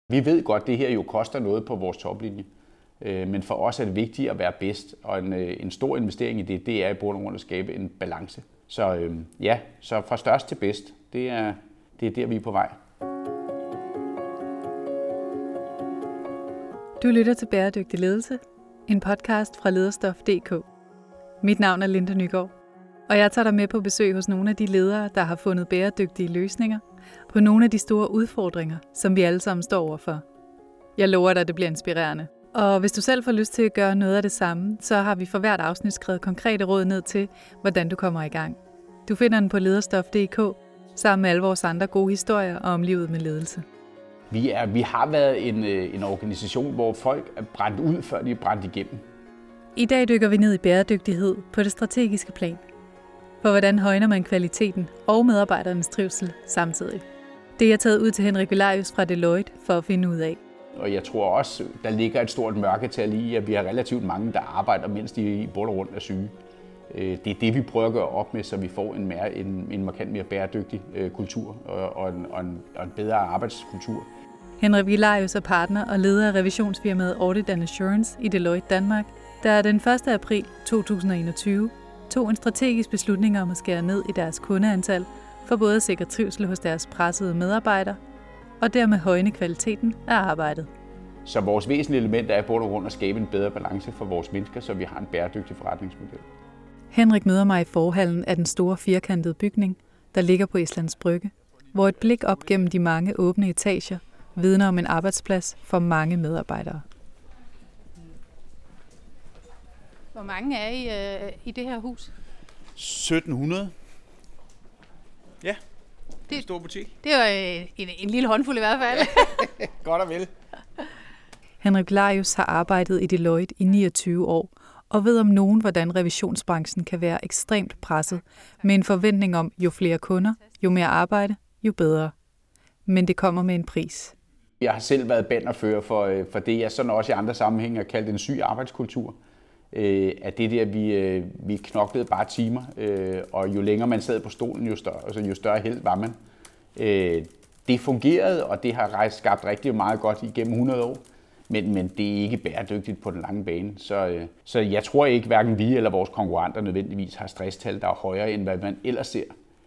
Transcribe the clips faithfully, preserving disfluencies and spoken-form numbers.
Vi ved godt, at det her jo koster noget på vores toplinje. Men for os er det vigtigt at være bedst, og en, en stor investering i det, det er i bund og grund at skabe en balance. Så øh, ja, så fra størst til bedst, det er, det er der, vi er på vej. Du lytter til Bæredygtig Ledelse, en podcast fra lederstof punktum d k. Mit navn er Linda Nygaard, og jeg tager dig med på besøg hos nogle af de ledere, der har fundet bæredygtige løsninger på nogle af de store udfordringer, som vi alle sammen står overfor. Jeg lover dig, at det bliver inspirerende. Og hvis du selv får lyst til at gøre noget af det samme, så har vi for hvert afsnit skrevet konkrete råd ned til, hvordan du kommer i gang. Du finder den på lederstof punktum d k, sammen med alle vores andre gode historier om livet med ledelse. Vi, er, vi har været en, en organisation, hvor folk er brændt ud, før de er brændt igennem. I dag dykker vi ned i bæredygtighed på det strategiske plan. For hvordan højner man kvaliteten og medarbejdernes trivsel samtidig? Det er jeg taget ud til Henrik Velarius fra Deloitte for at finde ud af. Og jeg tror også, der ligger et stort mørketal i, at vi har relativt mange, der arbejder, mens de i bund og grund er syge. Det er det, vi prøver at gøre op med, så vi får en, mere, en, en markant mere bæredygtig kultur og en, og, en, og en bedre arbejdskultur. Henrik Velarius er partner og leder af revisionsfirmaet Audit and Assurance i Deloitte Danmark, der den første april to tusind og enogtyve tog en strategisk beslutning om at skære ned i deres kundeantal for både at sikre trivsel hos deres pressede medarbejdere og dermed højne kvaliteten af arbejdet. Så vores væsentlige element er både rundt at skabe en bedre balance for vores mennesker, så vi har en bæredygtig forretningsmodel. Henrik møder mig i forhallen af den store firkantede bygning, der ligger på Islands Brygge, hvor et blik op gennem de mange åbne etager vidner om en arbejdsplads for mange medarbejdere. Hvor mange er I øh, i det her hus? sytten hundrede. Ja, det er en stor butik. Det er jo en, en lille håndfuld i hvert fald. Godt og vel. Henrik Velarius har arbejdet i Deloitte i niogtyve år og ved om nogen, hvordan revisionsbranchen kan være ekstremt presset med en forventning om, jo flere kunder, jo mere arbejde, jo bedre. Men det kommer med en pris. Jeg har selv været bannerfører for, for det, jeg sådan også i andre sammenhænge har kaldt en syg arbejdskultur. At det der, vi, vi knoklede bare timer, og jo længere man sad på stolen, jo større, altså jo større held var man. Det fungerede, og det har rejst skabt rigtig meget godt igennem hundrede år, men, men det er ikke bæredygtigt på den lange bane. Så, så jeg tror ikke, hverken vi eller vores konkurrenter nødvendigvis har stresstal, der er højere, end hvad man ellers ser.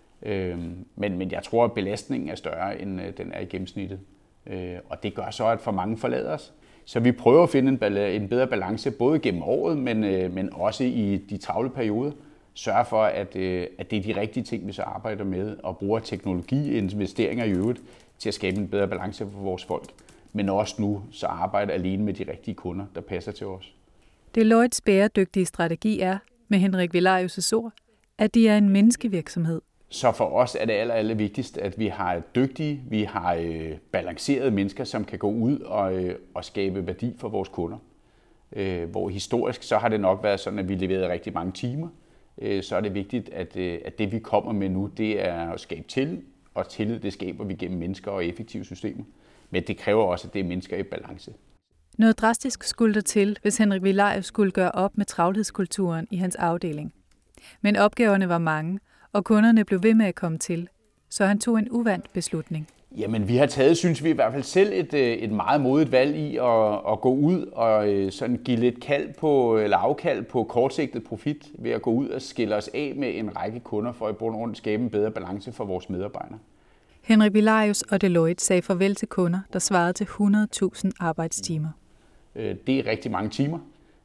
Men, men jeg tror, at belastningen er større, end den er i gennemsnittet. Og det gør så, at for mange forlader os. Så vi prøver at finde en, en bedre balance, både gennem året, men, men også i de travle perioder. Sørge for, at, at det er de rigtige ting, vi så arbejder med, og bruger teknologi, investeringer i øvrigt, til at skabe en bedre balance for vores folk. Men også nu så arbejder alene med de rigtige kunder, der passer til os. Deloittes bæredygtige strategi er, med Henrik Velarius' ord, at de er en menneskevirksomhed. Så for os er det aller, aller vigtigst, at vi har dygtige, vi har øh, balancerede mennesker, som kan gå ud og, øh, og skabe værdi for vores kunder. Øh, hvor historisk så har det nok været sådan, at vi leverede rigtig mange timer. Øh, så er det vigtigt, at, øh, at det vi kommer med nu, det er at skabe tillid, og tillid det skaber vi gennem mennesker og effektive systemer. Men det kræver også, at det er mennesker i balance. Noget drastisk skulle der til, hvis Henrik Velarius skulle gøre op med travlhedskulturen i hans afdeling. Men opgaverne var mange, og kunderne blev ved med at komme til, så han tog en uvandt beslutning. Jamen, vi har taget, synes vi i hvert fald selv, et, et meget modigt valg i at, at gå ud og sådan give lidt kald på, eller afkald på kortsigtet profit ved at gå ud og skille os af med en række kunder for at bund og grund skabe en bedre balance for vores medarbejdere. Henrik Velarius og Deloitte sagde farvel til kunder, der svarede til hundrede tusind arbejdstimer. Det er rigtig mange timer.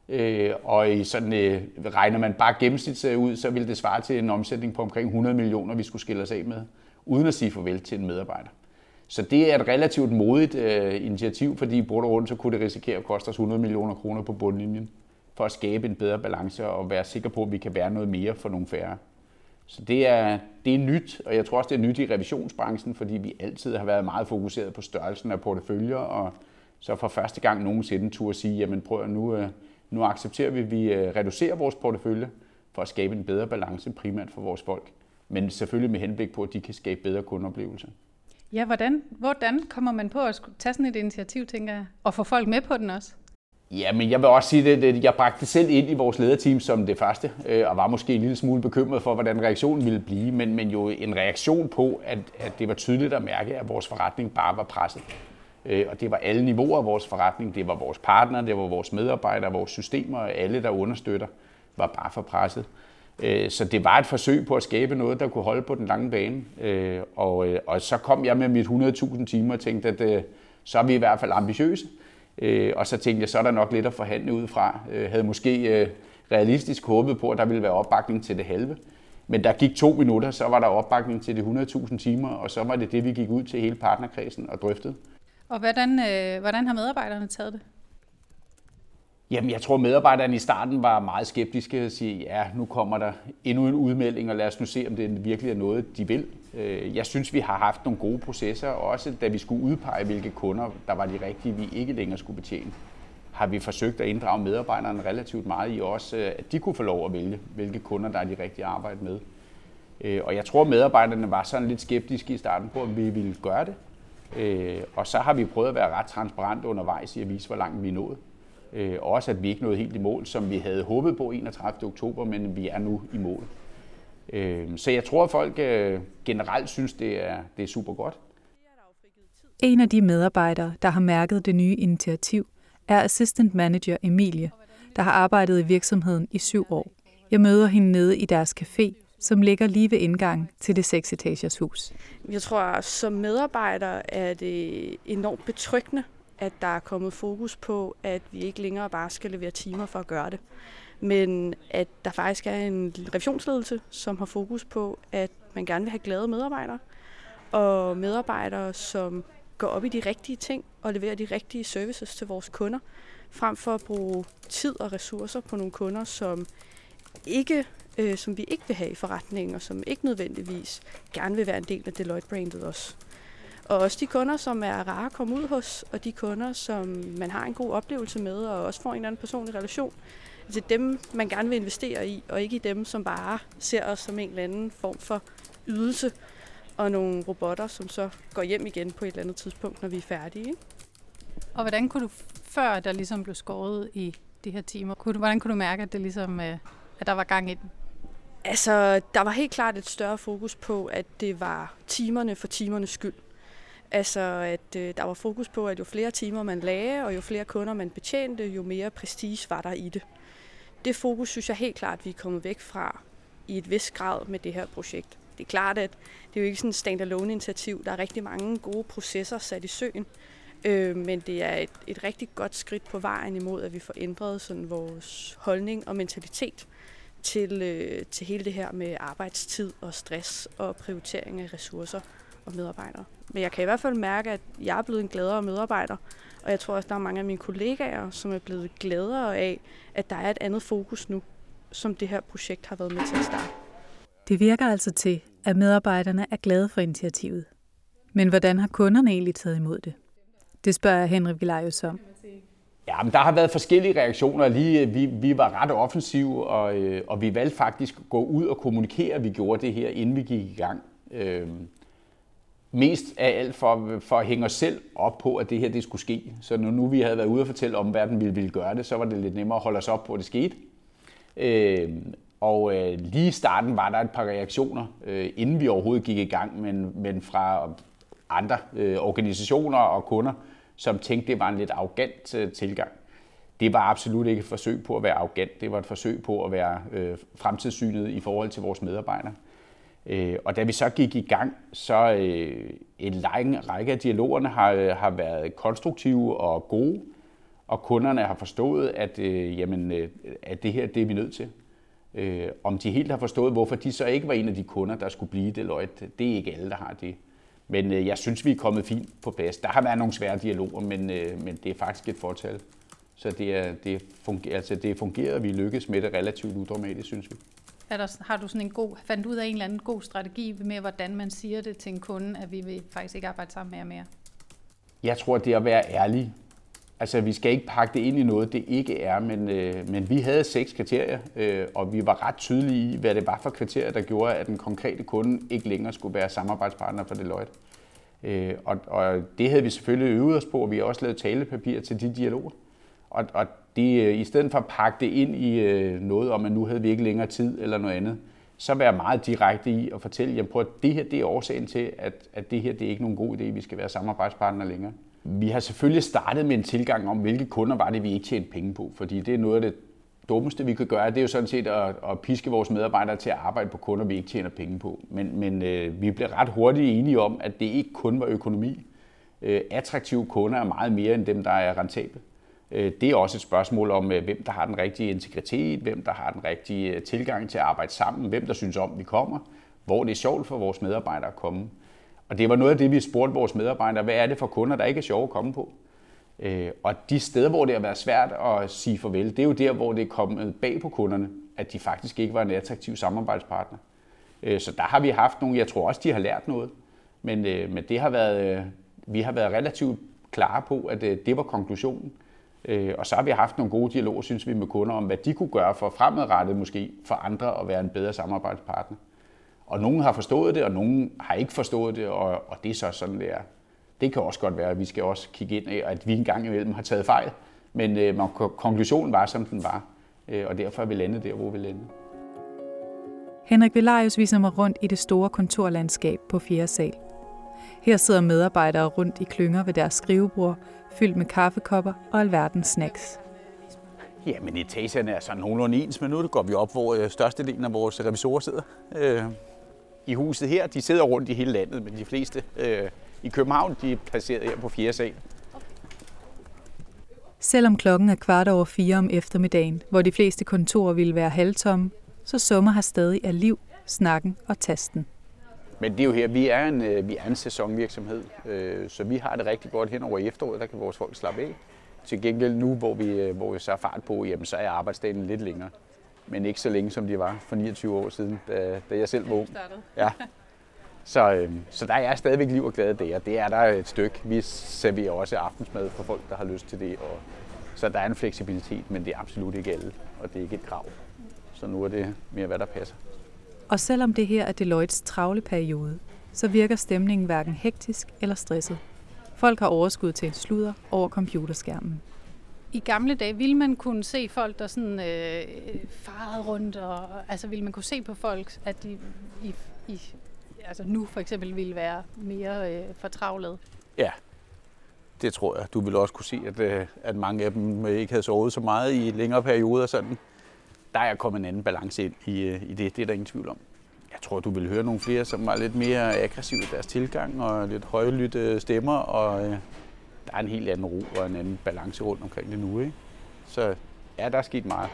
Og sådan, øh, regner man bare gennemsnit ud, så vil det svare til en omsætning på omkring hundrede millioner, vi skulle skille os af med, uden at sige farvel til en medarbejder. Så det er et relativt modigt øh, initiativ, fordi i bund og grund så kunne det risikere at koste os hundrede millioner kroner på bundlinjen, for at skabe en bedre balance og være sikker på, at vi kan være noget mere for nogle færre. Så det er, det er nyt, og jeg tror også, det er nyt i revisionsbranchen, fordi vi altid har været meget fokuseret på størrelsen af porteføljer, og så for første gang nogensinde turde sige, jamen prøv at nu... Øh, Nu accepterer vi, at vi reducerer vores portefølje for at skabe en bedre balance primært for vores folk. Men selvfølgelig med henblik på, at de kan skabe bedre kundeoplevelser. Ja, hvordan, hvordan kommer man på at tage sådan et initiativ, tænker jeg, og få folk med på den også? Ja, men jeg vil også sige, at jeg bragte det selv ind i vores lederteam som det første, og var måske en lille smule bekymret for, hvordan reaktionen ville blive, men, men jo en reaktion på, at, at det var tydeligt at mærke, at vores forretning bare var presset. Og det var alle niveauer af vores forretning. Det var vores partnere, det var vores medarbejdere, vores systemer, og alle, der understøtter, var bare for presset. Så det var et forsøg på at skabe noget, der kunne holde på den lange bane. Og, og så kom jeg med mit hundrede tusind timer og tænkte, at så er vi i hvert fald ambitiøse. Og så tænkte jeg, så er der nok lidt at forhandle ud fra. Jeg havde måske realistisk håbet på, at der ville være opbakning til det halve. Men der gik to minutter, så var der opbakning til de hundrede tusind timer, og så var det det, vi gik ud til hele partnerkredsen og drøftede. Og hvordan, øh, hvordan har medarbejderne taget det? Jamen, jeg tror, medarbejderne i starten var meget skeptiske og sige, ja, nu kommer der endnu en udmelding, og lad os nu se, om det virkelig er noget, de vil. Jeg synes, vi har haft nogle gode processer, også da vi skulle udpege, hvilke kunder, der var de rigtige, vi ikke længere skulle betjene. Har vi forsøgt at inddrage medarbejderne relativt meget i også, at de kunne få lov at vælge, hvilke kunder, der er de rigtige at arbejde med. Og jeg tror, medarbejderne var sådan lidt skeptiske i starten på, om vi ville gøre det. Og så har vi prøvet at være ret transparent undervejs i at vise, hvor langt vi er nået. Også at vi ikke nåede helt i mål, som vi havde håbet på enogtredivte oktober, men vi er nu i mål. Så jeg tror, at folk generelt synes, det er, det er super godt. En af de medarbejdere, der har mærket det nye initiativ, er assistant manager Emilie, der har arbejdet i virksomheden i syv år. Jeg møder hende nede i deres café, som ligger lige ved indgangen til det seks-etagers hus. Jeg tror, at som medarbejder er det enormt betryggende, at der er kommet fokus på, at vi ikke længere bare skal levere timer for at gøre det, men at der faktisk er en revisionsledelse, som har fokus på, at man gerne vil have glade medarbejdere, og medarbejdere, som går op i de rigtige ting og leverer de rigtige services til vores kunder, frem for at bruge tid og ressourcer på nogle kunder, som ikke øh, som vi ikke vil have i forretningen, og som ikke nødvendigvis gerne vil være en del af Deloitte-brandet også. Og også de kunder, som er rare at komme ud hos, og de kunder, som man har en god oplevelse med, og også får en eller anden personlig relation. Det er dem, man gerne vil investere i, og ikke i dem, som bare ser os som en eller anden form for ydelse, og nogle robotter, som så går hjem igen på et eller andet tidspunkt, når vi er færdige. Ikke? Og hvordan kunne du, før der ligesom blev skåret i de her timer, kunne du, hvordan kunne du mærke, at, det ligesom, at der var gang i den? Altså, der var helt klart et større fokus på, at det var timerne for timernes skyld. Altså, at øh, der var fokus på, at jo flere timer man lagde, og jo flere kunder man betjente, jo mere prestige var der i det. Det fokus synes jeg helt klart, vi er kommet væk fra i et vis grad med det her projekt. Det er klart, at det er jo ikke sådan et standalone initiativ. Der er rigtig mange gode processer sat i søen, øh, men det er et, et rigtig godt skridt på vejen imod, at vi får ændret sådan vores holdning og mentalitet til, øh, til hele det her med arbejdstid og stress og prioritering af ressourcer og medarbejdere. Men jeg kan i hvert fald mærke, at jeg er blevet en gladere medarbejder, og jeg tror også, at der er mange af mine kollegaer, som er blevet gladere af, at der er et andet fokus nu, som det her projekt har været med til at starte. Det virker altså til, at medarbejderne er glade for initiativet. Men hvordan har kunderne egentlig taget imod det? Det spørger jeg Henrik Vilarius om. Ja, men der har været forskellige reaktioner. Lige, vi, vi var ret offensive, og, og vi valgte faktisk at gå ud og kommunikere, at vi gjorde det her, inden vi gik i gang. Øhm, mest af alt for, for at hænge os selv op på, at det her det skulle ske. Så når nu vi havde været ude og fortælle om, hvad den ville, ville gøre det, så var det lidt nemmere at holde os op på, at det skete. Øhm, og øh, lige i starten var der et par reaktioner, øh, inden vi overhovedet gik i gang, men, men fra andre øh, organisationer og kunder, som tænkte, det var en lidt arrogant øh, tilgang. Det var absolut ikke et forsøg på at være arrogant. Det var et forsøg på at være øh, fremtidssynet i forhold til vores medarbejdere. Øh, og da vi så gik i gang, så øh, en lang række af dialogerne har, har været konstruktive og gode, og kunderne har forstået, at, øh, jamen, øh, at det her det er vi nødt til. Øh, om de helt har forstået, hvorfor de så ikke var en af de kunder, der skulle blive Deloitte, det er ikke alle, der har det. Men øh, jeg synes, vi er kommet fint på plads. Der har været nogle svære dialoger, men, øh, men det er faktisk et fortal. Så det er, det fungerer, altså det er fungeret, og vi lykkes med det relativt udramatisk, synes vi. Er der, har du sådan en god, fandt ud af en eller anden god strategi med, hvordan man siger det til en kunde, at vi vil faktisk ikke arbejde sammen med jer mere? Jeg tror, det er at være ærlig. Altså, vi skal ikke pakke det ind i noget, det ikke er, men, øh, men vi havde seks kriterier, øh, og vi var ret tydelige i, hvad det var for kriterier, der gjorde, at den konkrete kunde ikke længere skulle være samarbejdspartner for Deloitte. Øh, og, og det havde vi selvfølgelig øvet os på, og vi har også lavet talepapir til de dialoger. Og, og det, i stedet for at pakke det ind i øh, noget om, at nu havde vi ikke længere tid eller noget andet, så være meget direkte i at fortælle, jamen prøv at det her det er årsagen til, at, at det her det er ikke nogen god idé, vi skal være samarbejdspartner længere. vi har selvfølgelig startet med en tilgang om, hvilke kunder var det, vi ikke tjente penge på. Fordi det er noget af det dummeste, vi kan gøre. Det er jo sådan set at, at piske vores medarbejdere til at arbejde på kunder, vi ikke tjener penge på. Men, men øh, vi blev ret hurtigt enige om, at det ikke kun var økonomi. Øh, attraktive kunder er meget mere end dem, der er rentable. Øh, det er også et spørgsmål om, øh, hvem der har den rigtige integritet, hvem der har den rigtige tilgang til at arbejde sammen, hvem der synes om, vi kommer, hvor det er sjovt for vores medarbejdere at komme. Og det var noget af det, vi spurgte vores medarbejdere, hvad er det for kunder, der ikke er sjove at komme på? Øh, og de steder, hvor det har været svært at sige farvel, det er jo der, hvor det er kommet bag på kunderne, at de faktisk ikke var en attraktiv samarbejdspartner. Øh, så der har vi haft nogle, jeg tror også, de har lært noget, men, øh, men det har været, øh, vi har været relativt klare på, at øh, det var konklusionen. Øh, og så har vi haft nogle gode dialoger, synes vi, med kunder om, hvad de kunne gøre for fremadrettet måske for andre at være en bedre samarbejdspartner. Og nogen har forstået det, og nogen har ikke forstået det, og, og det er så sådan, det er. Det kan også godt være, at vi skal også kigge ind af, at vi engang imellem har taget fejl. Men øh, konklusionen var, som den var, øh, og derfor er vi landet der, hvor vi landede. Henrik Velarius viser mig rundt i det store kontorlandskab på fjerde sal. Her sidder medarbejdere rundt i klynger ved deres skrivebord, fyldt med kaffekopper og alverdens snacks. Ja, men etagerne er sådan nogenlunde ens, men nu går vi op, hvor størstedelen af vores revisorer sidder. Øh, I huset her, de sidder rundt i hele landet, men de fleste øh, i København, de er placeret her på fjerde sal. Selvom klokken er kvart over fire om eftermiddagen, hvor de fleste kontorer ville være halvtomme, så summer her stadig af liv, snakken og tasten. Men det er jo her, vi er en, vi er en sæsonvirksomhed, øh, så vi har det rigtig godt hen over efteråret, der kan vores folk slappe af. Til gengæld nu, hvor vi, hvor vi så er fart på, jamen, så er arbejdsdagen lidt længere. Men ikke så længe, som de var for niogtyve år siden, da, da jeg selv var ung. Ja. Så, øh, så der er stadigvæk liv og glæde der. Det er der et stykke. Vi serverer også aftensmad for folk, der har lyst til det. Og, så der er en fleksibilitet, men det er absolut ikke alle, og det er ikke et krav. Så nu er det mere, hvad der passer. Og selvom det her er Deloittes travle periode, så virker stemningen hverken hektisk eller stresset. Folk har overskud til en sludder over computerskærmen. I gamle dage ville man kunne se folk, der sådan øh, farede rundt, og altså ville man kunne se på folk, at de i, i, altså nu for eksempel ville være mere øh, fortravlet. Ja, det tror jeg. Du vil også kunne se, at, øh, at mange af dem ikke havde sovet så meget i længere perioder. Sådan. Der er kommet en anden balance ind i, i det, det er der ingen tvivl om. Jeg tror, du vil høre nogle flere, som var lidt mere aggressive i deres tilgang, og lidt højlytte stemmer, og øh, der er en helt anden ro og en anden balance rundt omkring det nu, ikke? Så ja, der er sket meget.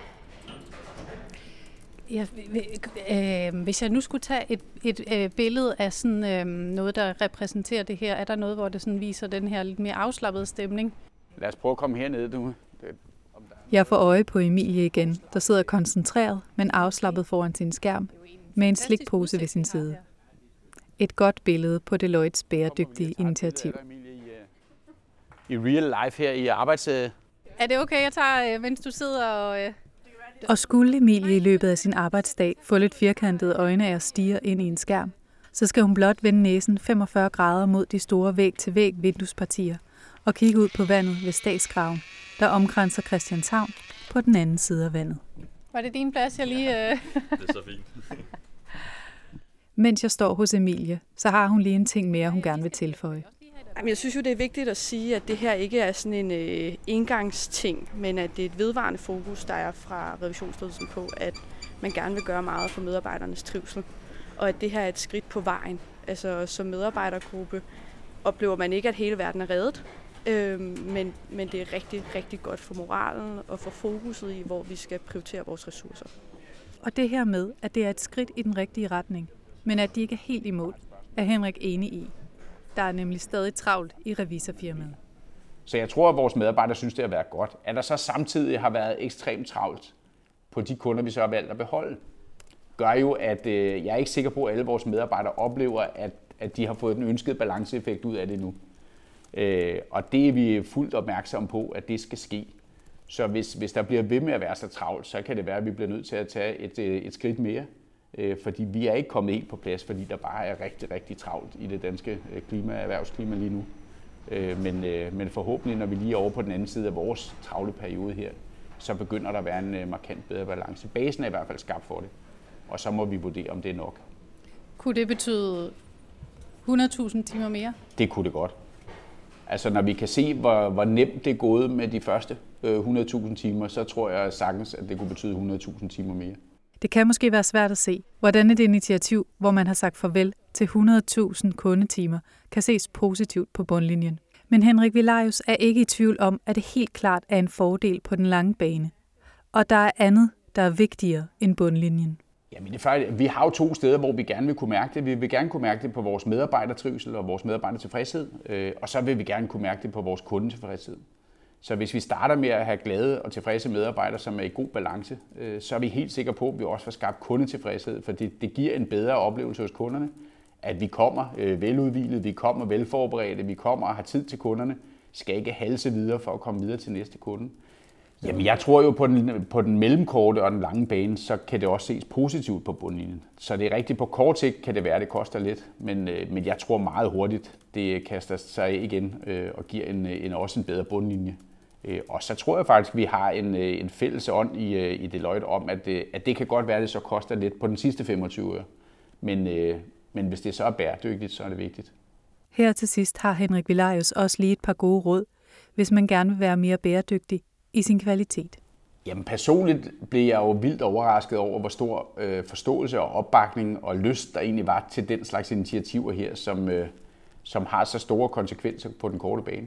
Ja, øh, hvis jeg nu skulle tage et, et øh, billede af sådan, øh, noget, der repræsenterer det her, er der noget, hvor det sådan viser den her lidt mere afslappede stemning? Lad os prøve at komme herned, du. Jeg får øje på Emilie igen, der sidder koncentreret, men afslappet foran sin skærm, med en slikpose ved sin side. Et godt billede på Deloittes bæredygtige initiativ. I real life her i arbejds... Er det okay, jeg tager, mens du sidder og... Og skulle Emilie i løbet af sin arbejdsdag få lidt firkantede øjne af at stirre ind i en skærm, så skal hun blot vende næsen femogfyrre grader mod de store væg-til-væg vinduespartier og kigge ud på vandet ved Statsgraven, der omkranser Christianshavn på den anden side af vandet. Var det din plads, jeg lige... Øh... Det er så fint. Mens jeg står hos Emilie, så har hun lige en ting mere, hun gerne vil tilføje. Jamen, jeg synes jo, det er vigtigt at sige, at det her ikke er sådan en øh, engangsting, men at det er et vedvarende fokus, der er fra revisionsledelsen på, at man gerne vil gøre meget for medarbejdernes trivsel. Og at det her er et skridt på vejen. Altså som medarbejdergruppe oplever man ikke, at hele verden er reddet, øh, men, men det er rigtig, rigtig godt for moralen og for fokuset i, hvor vi skal prioritere vores ressourcer. Og det her med, at det er et skridt i den rigtige retning, men at de ikke er helt i mål, er Henrik enig i. Der er nemlig stadig travlt i revisorfirmaet. Så jeg tror, at vores medarbejdere synes, det har været godt. At der så samtidig har været ekstremt travlt på de kunder, vi så har valgt at beholde, gør jo, at øh, jeg er ikke sikker på, at alle vores medarbejdere oplever, at, at de har fået den ønskede balanceeffekt ud af det nu. Øh, og det er vi fuldt opmærksomme på, at det skal ske. Så hvis, hvis der bliver ved med at være så travlt, så kan det være, at vi bliver nødt til at tage et, et skridt mere. Fordi vi er ikke kommet helt på plads, fordi der bare er rigtig, rigtig travlt i det danske klima, erhvervsklima lige nu. Men, men forhåbentlig, når vi lige er over på den anden side af vores travle periode her, så begynder der at være en markant bedre balance. Basen er i hvert fald skabt for det, og så må vi vurdere, om det er nok. Kunne det betyde hundrede tusind timer mere? Det kunne det godt. Altså når vi kan se, hvor, hvor nemt det er gået med de første øh, hundrede tusind timer, så tror jeg sagtens, at det kunne betyde hundrede tusind timer mere. Det kan måske være svært at se, hvordan et initiativ, hvor man har sagt farvel til hundrede tusind kundetimer, kan ses positivt på bundlinjen. Men Henrik Villarius er ikke i tvivl om, at det helt klart er en fordel på den lange bane. Og der er andet, der er vigtigere end bundlinjen. Jamen det er faktisk, vi har jo to steder, hvor vi gerne vil kunne mærke det. Vi vil gerne kunne mærke det på vores medarbejdertrivsel og vores medarbejdertilfredshed, øh, og så vil vi gerne kunne mærke det på vores kundetilfredshed. Så hvis vi starter med at have glade og tilfredse medarbejdere, som er i god balance, øh, så er vi helt sikre på, at vi også får skabt kundetilfredshed, for det, det giver en bedre oplevelse hos kunderne, at vi kommer øh, veludhvilet, vi kommer velforberedte, vi kommer og har tid til kunderne, skal ikke halse videre for at komme videre til næste kunde. Jamen, jeg tror jo på den, på den mellemkorte og den lange bane, så kan det også ses positivt på bundlinjen. Så det er rigtigt, på kort sigt kan det være, at det koster lidt, men, men jeg tror meget hurtigt, det kaster sig igen øh, og giver en, en, også en bedre bundlinje. Øh, og så tror jeg faktisk, at vi har en, en fælles ånd i, i Deloitte om, at, at det kan godt være, at det så koster lidt på den sidste femogtyve øre. Men, øh, men hvis det så er bæredygtigt, så er det vigtigt. Her til sidst har Henrik Villarius også lige et par gode råd, hvis man gerne vil være mere bæredygtig i sin kvalitet. Jamen personligt blev jeg jo vildt overrasket over, hvor stor øh, forståelse og opbakning og lyst der egentlig var til den slags initiativer her, som, øh, som har så store konsekvenser på den korte bane.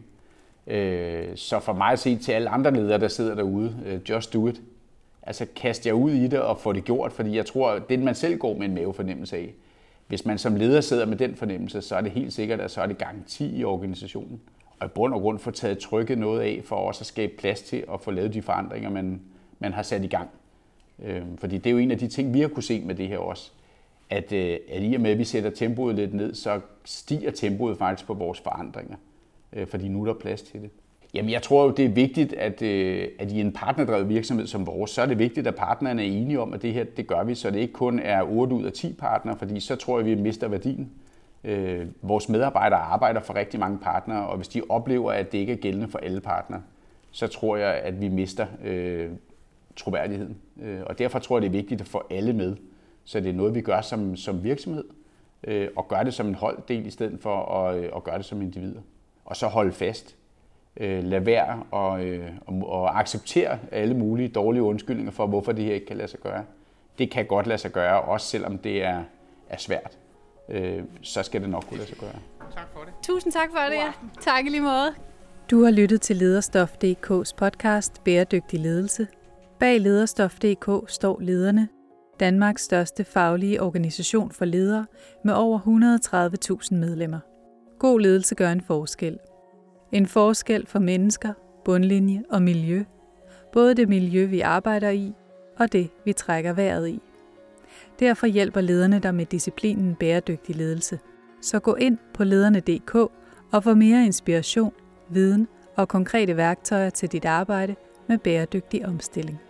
Øh, så for mig at sige til alle andre ledere, der sidder derude, øh, just do it. Altså kast jer ud i det og få det gjort, fordi jeg tror, at det man selv går med en mavefornemmelse af. Hvis man som leder sidder med den fornemmelse, så er det helt sikkert, at så er det garanti i organisationen. Og i bund og grund få taget trykket noget af, for også at skabe plads til at få lavet de forandringer, man, man har sat i gang. Øh, fordi det er jo en af de ting, vi har kunne se med det her også. At, øh, at i og med, at vi sætter tempoet lidt ned, så stiger tempoet faktisk på vores forandringer. Øh, fordi nu er der plads til det. Jamen jeg tror jo, det er vigtigt, at, øh, at i en partnerdrevet virksomhed som vores, så er det vigtigt, at partnerne er enige om, at det her, det gør vi, så det ikke kun er otte ud af ti partnere, fordi så tror jeg, vi mister værdien. Øh, vores medarbejdere arbejder for rigtig mange partnere, og hvis de oplever, at det ikke er gældende for alle partnere, så tror jeg, at vi mister øh, troværdigheden. Øh, og derfor tror jeg, det er vigtigt at få alle med, så det er noget, vi gør som, som virksomhed, øh, og gør det som en holddel i stedet for at, øh, at gøre det som individer. Og så holde fast. Øh, lad være og, øh, og, og acceptere alle mulige dårlige undskyldninger for, hvorfor det her ikke kan lade sig gøre. Det kan godt lade sig gøre, også selvom det er, er svært. Øh, så skal det nok kunne lade sig gøre. Tak for det. Tusind tak for det, ja. Tak i lige måde. Du har lyttet til Lederstof punktum d k's podcast Bæredygtig Ledelse. Bag Lederstof punktum d k står lederne, Danmarks største faglige organisation for ledere med over et hundrede og tredive tusind medlemmer. God ledelse gør en forskel. En forskel for mennesker, bundlinje og miljø. Både det miljø, vi arbejder i, og det, vi trækker vejret i. Derfor hjælper lederne dig med disciplinen bæredygtig ledelse. Så gå ind på lederne punktum d k og få mere inspiration, viden og konkrete værktøjer til dit arbejde med bæredygtig omstilling.